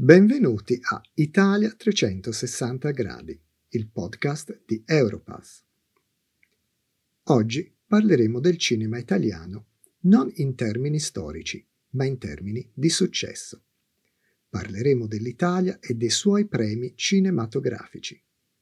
Benvenuti a Italia 360 gradi, il podcast di Europass. Oggi parleremo del cinema italiano non in termini storici, ma in termini di successo. Parleremo dell'Italia e dei suoi premi cinematografici.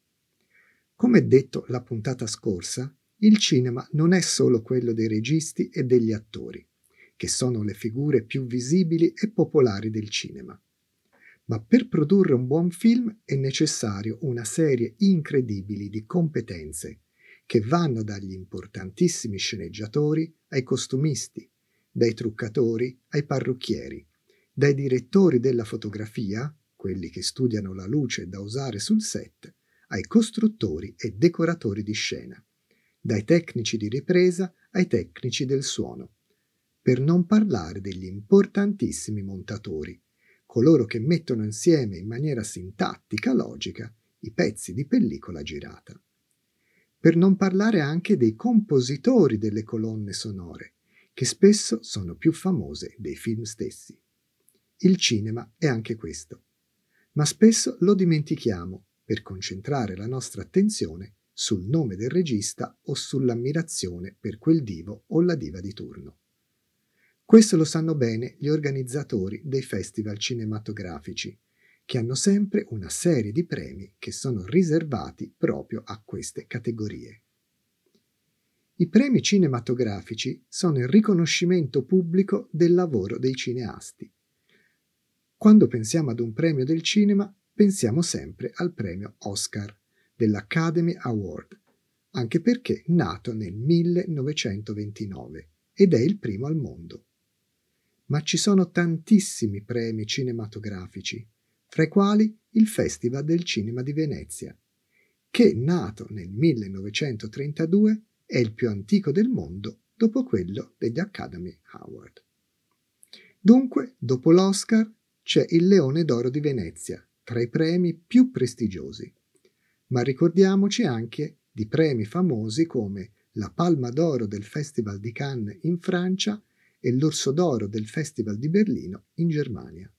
Come detto la puntata scorsa, il cinema non è solo quello dei registi e degli attori, che sono le figure più visibili e popolari del cinema. Ma per produrre un buon film è necessario una serie incredibile di competenze che vanno dagli importantissimi sceneggiatori ai costumisti, dai truccatori ai parrucchieri, dai direttori della fotografia, quelli che studiano la luce da usare sul set, ai costruttori e decoratori di scena, dai tecnici di ripresa ai tecnici del suono, per non parlare degli importantissimi montatori, coloro che mettono insieme in maniera sintattica logica i pezzi di pellicola girata. Per non parlare anche dei compositori delle colonne sonore, che spesso sono più famose dei film stessi. Il cinema è anche questo, ma spesso lo dimentichiamo per concentrare la nostra attenzione sul nome del regista o sull'ammirazione per quel divo o la diva di turno. Questo lo sanno bene gli organizzatori dei festival cinematografici, che hanno sempre una serie di premi che sono riservati proprio a queste categorie. I premi cinematografici sono il riconoscimento pubblico del lavoro dei cineasti. Quando pensiamo ad un premio del cinema, pensiamo sempre al premio Oscar dell'Academy Award, anche perché nato nel 1929 ed è il primo al mondo. Ma ci sono tantissimi premi cinematografici, fra i quali il Festival del Cinema di Venezia, che, nato nel 1932, è il più antico del mondo dopo quello degli Academy Award. Dunque, dopo l'Oscar, c'è il Leone d'Oro di Venezia, tra i premi più prestigiosi. Ma ricordiamoci anche di premi famosi come la Palma d'Oro del Festival di Cannes in Francia e l'Orso d'Oro del Festival di Berlino in Germania.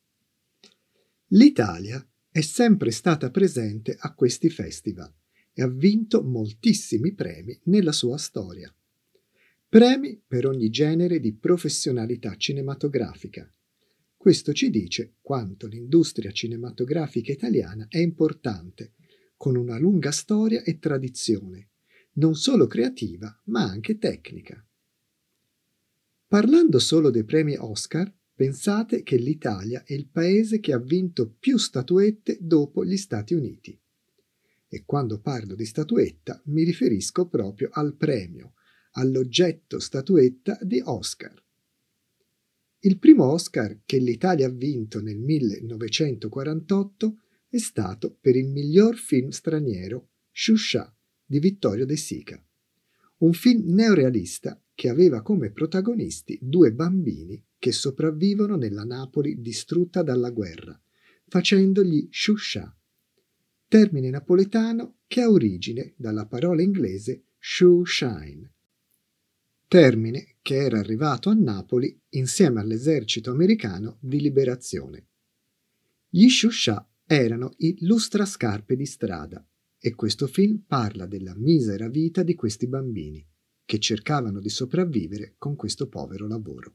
L'Italia è sempre stata presente a questi festival e ha vinto moltissimi premi nella sua storia. Premi per ogni genere di professionalità cinematografica. Questo ci dice quanto l'industria cinematografica italiana è importante, con una lunga storia e tradizione, non solo creativa ma anche tecnica. Parlando solo dei premi Oscar, pensate che l'Italia è il paese che ha vinto più statuette dopo gli Stati Uniti. E quando parlo di statuetta mi riferisco proprio al premio, all'oggetto statuetta di Oscar. Il primo Oscar che l'Italia ha vinto nel 1948 è stato per il miglior film straniero Sciuscià di Vittorio De Sica, un film neorealista che aveva come protagonisti due bambini che sopravvivono nella Napoli distrutta dalla guerra, facendogli Sciuscià, termine napoletano che ha origine dalla parola inglese shoeshine, termine che era arrivato a Napoli insieme all'esercito americano di liberazione. Gli Sciuscià erano i lustrascarpe di strada e questo film parla della misera vita di questi bambini che cercavano di sopravvivere con questo povero lavoro.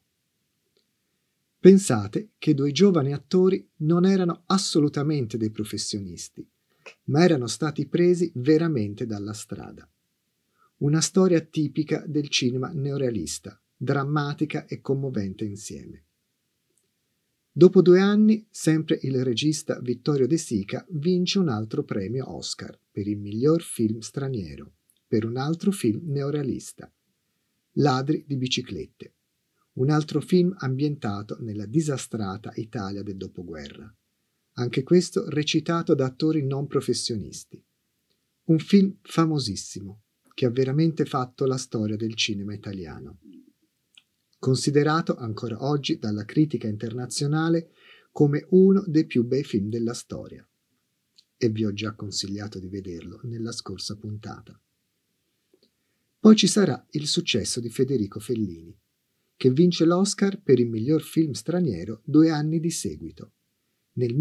Pensate che due giovani attori non erano assolutamente dei professionisti, ma erano stati presi veramente dalla strada. Una storia tipica del cinema neorealista, drammatica e commovente insieme. Dopo 2 anni, sempre il regista Vittorio De Sica vince un altro premio Oscar per il miglior film straniero, per un altro film neorealista, Ladri di biciclette, un altro film ambientato nella disastrata Italia del dopoguerra, anche questo recitato da attori non professionisti. Un film famosissimo, che ha veramente fatto la storia del cinema italiano. Considerato ancora oggi dalla critica internazionale come uno dei più bei film della storia. E vi ho già consigliato di vederlo nella scorsa puntata. Poi ci sarà il successo di Federico Fellini, che vince l'Oscar per il miglior film straniero 2 anni di seguito, nel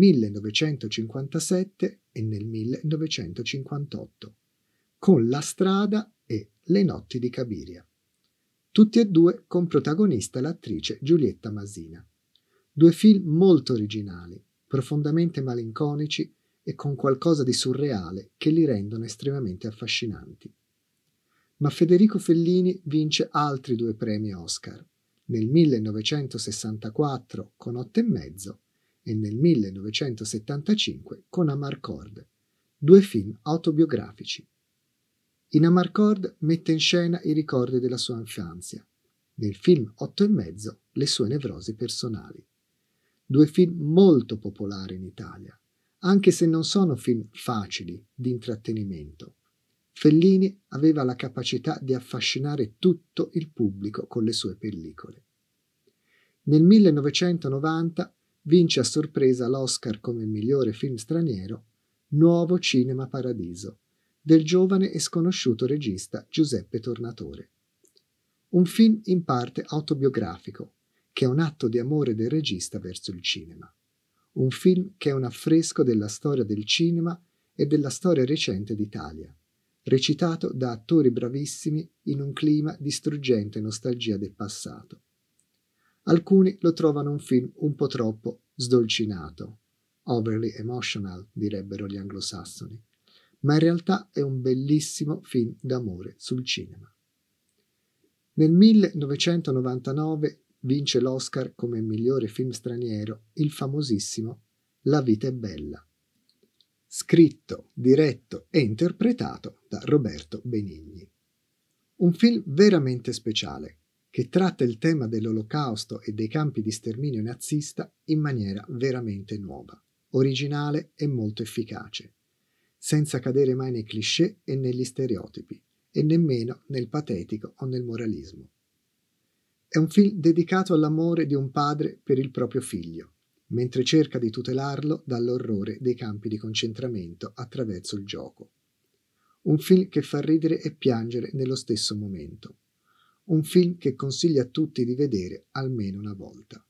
1957 e nel 1958, con La strada e Le notti di Cabiria. Tutti e due con protagonista l'attrice Giulietta Masina. Due film molto originali, profondamente malinconici e con qualcosa di surreale che li rendono estremamente affascinanti. Ma Federico Fellini vince altri 2 premi Oscar, nel 1964 con 8 e mezzo e nel 1975 con Amarcord, 2 film autobiografici. In Amarcord mette in scena i ricordi della sua infanzia, nel film 8 e mezzo le sue nevrosi personali. 2 film molto popolari in Italia, anche se non sono film facili di intrattenimento. Fellini aveva la capacità di affascinare tutto il pubblico con le sue pellicole. Nel 1990 vince a sorpresa l'Oscar come migliore film straniero Nuovo Cinema Paradiso, del giovane e sconosciuto regista Giuseppe Tornatore. Un film in parte autobiografico, che è un atto di amore del regista verso il cinema. Un film che è un affresco della storia del cinema e della storia recente d'Italia, recitato da attori bravissimi in un clima di struggente nostalgia del passato. Alcuni lo trovano un film un po' troppo sdolcinato, overly emotional, direbbero gli anglosassoni, ma in realtà è un bellissimo film d'amore sul cinema. Nel 1999 vince l'Oscar come migliore film straniero il famosissimo La vita è bella, scritto, diretto e interpretato da Roberto Benigni. Un film veramente speciale, che tratta il tema dell'Olocausto e dei campi di sterminio nazista in maniera veramente nuova, originale e molto efficace, senza cadere mai nei cliché e negli stereotipi, e nemmeno nel patetico o nel moralismo. È un film dedicato all'amore di un padre per il proprio figlio, mentre cerca di tutelarlo dall'orrore dei campi di concentramento attraverso il gioco. Un film che fa ridere e piangere nello stesso momento. Un film che consiglio a tutti di vedere almeno una volta.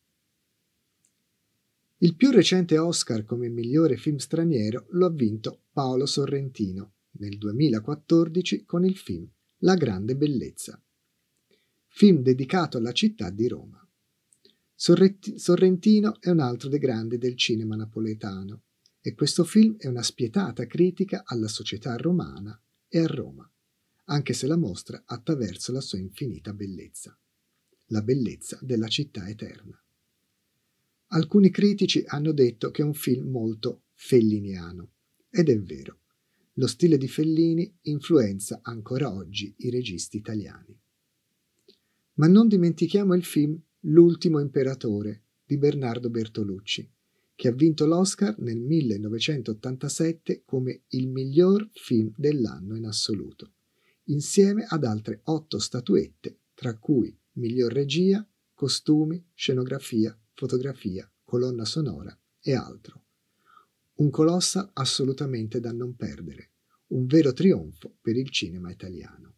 Il più recente Oscar come migliore film straniero lo ha vinto Paolo Sorrentino nel 2014 con il film La grande bellezza, film dedicato alla città di Roma. Sorrentino è un altro dei grandi del cinema napoletano e questo film è una spietata critica alla società romana e a Roma, anche se la mostra attraverso la sua infinita bellezza, la bellezza della città eterna. Alcuni critici hanno detto che è un film molto felliniano, ed è vero. Lo stile di Fellini influenza ancora oggi i registi italiani. Ma non dimentichiamo il film L'ultimo imperatore di Bernardo Bertolucci, che ha vinto l'Oscar nel 1987 come il miglior film dell'anno in assoluto, insieme ad altre 8 statuette, tra cui miglior regia, costumi, scenografia, fotografia, colonna sonora e altro. Un colossal assolutamente da non perdere, un vero trionfo per il cinema italiano.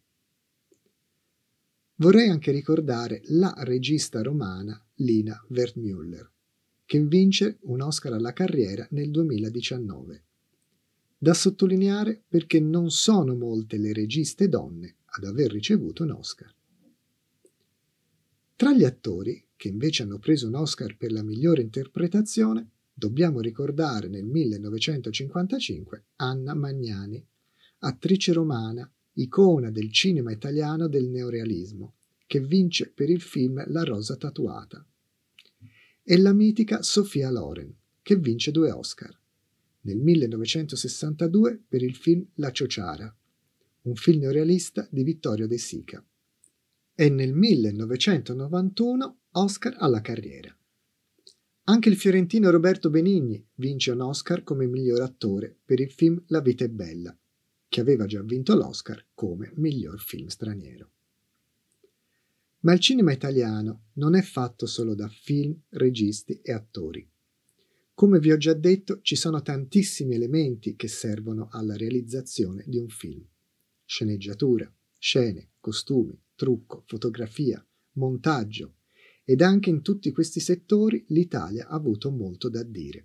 Vorrei anche ricordare la regista romana Lina Wertmüller, che vince un Oscar alla carriera nel 2019. Da sottolineare perché non sono molte le registe donne ad aver ricevuto un Oscar. Tra gli attori, che invece hanno preso un Oscar per la migliore interpretazione, dobbiamo ricordare nel 1955 Anna Magnani, attrice romana, icona del cinema italiano del neorealismo, che vince per il film La rosa tatuata. E la mitica Sophia Loren, che vince 2 Oscar, nel 1962 per il film La ciociara, un film neorealista di Vittorio De Sica, e nel 1991 Oscar alla carriera. Anche il fiorentino Roberto Benigni vince un Oscar come miglior attore per il film La vita è bella, che aveva già vinto l'Oscar come miglior film straniero. Ma il cinema italiano non è fatto solo da film, registi e attori. Come vi ho già detto, ci sono tantissimi elementi che servono alla realizzazione di un film. Sceneggiatura, scene, costumi, trucco, fotografia, montaggio, ed anche in tutti questi settori l'Italia ha avuto molto da dire.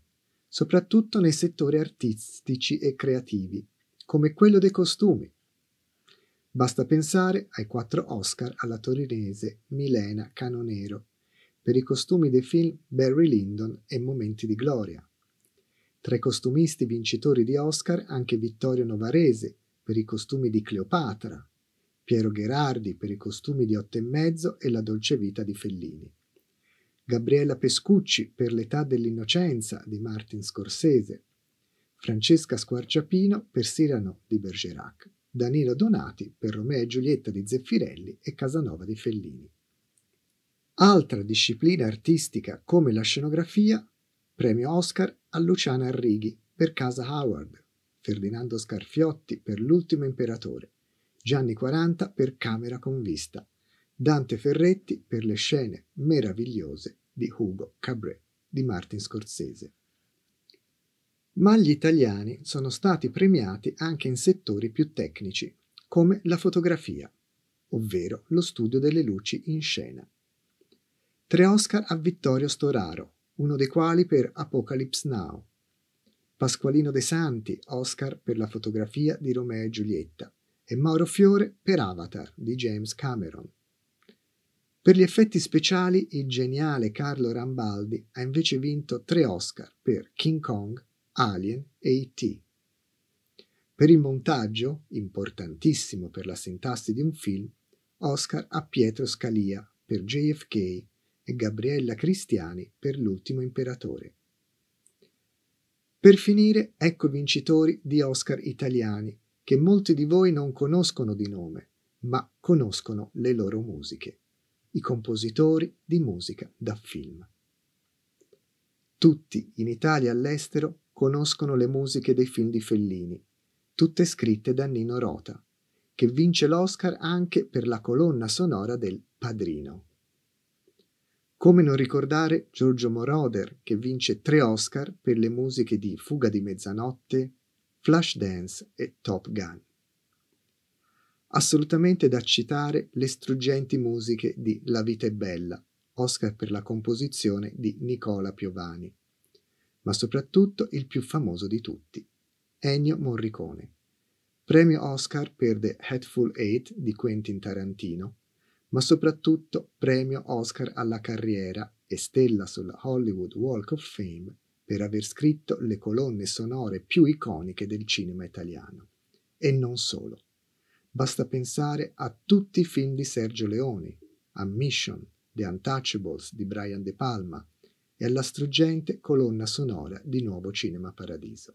soprattutto nei settori artistici e creativi, come quello dei costumi. Basta pensare ai 4 Oscar alla torinese Milena Canonero per i costumi dei film Barry Lyndon e Momenti di gloria. Tra i costumisti vincitori di Oscar anche Vittorio Novarese per i costumi di Cleopatra, Piero Gherardi per i costumi di Otto e mezzo e La dolce vita di Fellini, Gabriella Pescucci per L'età dell'innocenza di Martin Scorsese, Francesca Squarciapino per Cyrano di Bergerac, Danilo Donati per Romeo e Giulietta di Zeffirelli e Casanova di Fellini. Altra disciplina artistica come la scenografia, premio Oscar a Luciana Arrighi per Casa Howard, Ferdinando Scarfiotti per L'ultimo imperatore, Gianni Quaranta per Camera con vista, Dante Ferretti per le scene meravigliose di Hugo Cabret di Martin Scorsese. Ma gli italiani sono stati premiati anche in settori più tecnici, come la fotografia, ovvero lo studio delle luci in scena. 3 Oscar a Vittorio Storaro, uno dei quali per Apocalypse Now. Pasqualino De Santi, Oscar per la fotografia di Romeo e Giulietta, e Mauro Fiore per Avatar di James Cameron. Per gli effetti speciali il geniale Carlo Rambaldi ha invece vinto 3 Oscar per King Kong, Alien e E.T. Per il montaggio, importantissimo per la sintassi di un film, Oscar a Pietro Scalia per JFK e Gabriella Cristiani per L'ultimo imperatore. Per finire, ecco i vincitori di Oscar italiani, che molti di voi non conoscono di nome, ma conoscono le loro musiche, i compositori di musica da film. Tutti, in Italia e all'estero, conoscono le musiche dei film di Fellini, tutte scritte da Nino Rota, che vince l'Oscar anche per la colonna sonora del Padrino. Come non ricordare Giorgio Moroder, che vince 3 Oscar per le musiche di Fuga di mezzanotte, Flashdance e Top Gun. Assolutamente da citare le struggenti musiche di La vita è bella, Oscar per la composizione di Nicola Piovani, ma soprattutto il più famoso di tutti, Ennio Morricone, premio Oscar per The Hateful Eight di Quentin Tarantino, ma soprattutto premio Oscar alla carriera e stella sulla Hollywood Walk of Fame per aver scritto le colonne sonore più iconiche del cinema italiano. E non solo. Basta pensare a tutti i film di Sergio Leone, a Mission, The Untouchables di Brian De Palma e alla struggente colonna sonora di Nuovo Cinema Paradiso.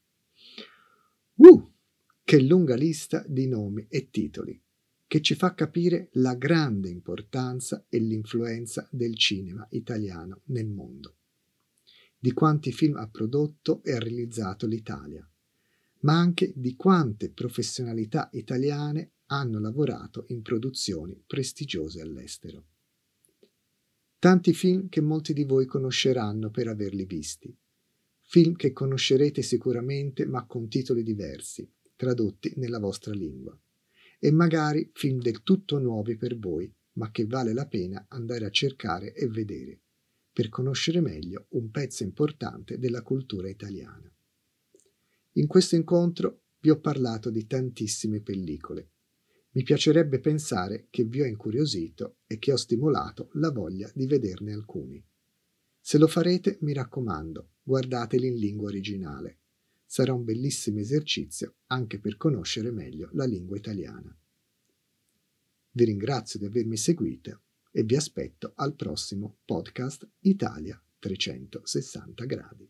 Che lunga lista di nomi e titoli, che ci fa capire la grande importanza e l'influenza del cinema italiano nel mondo, di quanti film ha prodotto e ha realizzato l'Italia, ma anche di quante professionalità italiane hanno lavorato in produzioni prestigiose all'estero. Tanti film che molti di voi conosceranno per averli visti, film che conoscerete sicuramente ma con titoli diversi, tradotti nella vostra lingua, e magari film del tutto nuovi per voi, ma che vale la pena andare a cercare e vedere, per conoscere meglio un pezzo importante della cultura italiana. In questo incontro vi ho parlato di tantissime pellicole. Mi piacerebbe pensare che vi ho incuriosito e che ho stimolato la voglia di vederne alcuni. Se lo farete, mi raccomando, guardateli in lingua originale. Sarà un bellissimo esercizio anche per conoscere meglio la lingua italiana. Vi ringrazio di avermi seguito e vi aspetto al prossimo podcast Italia 360 gradi.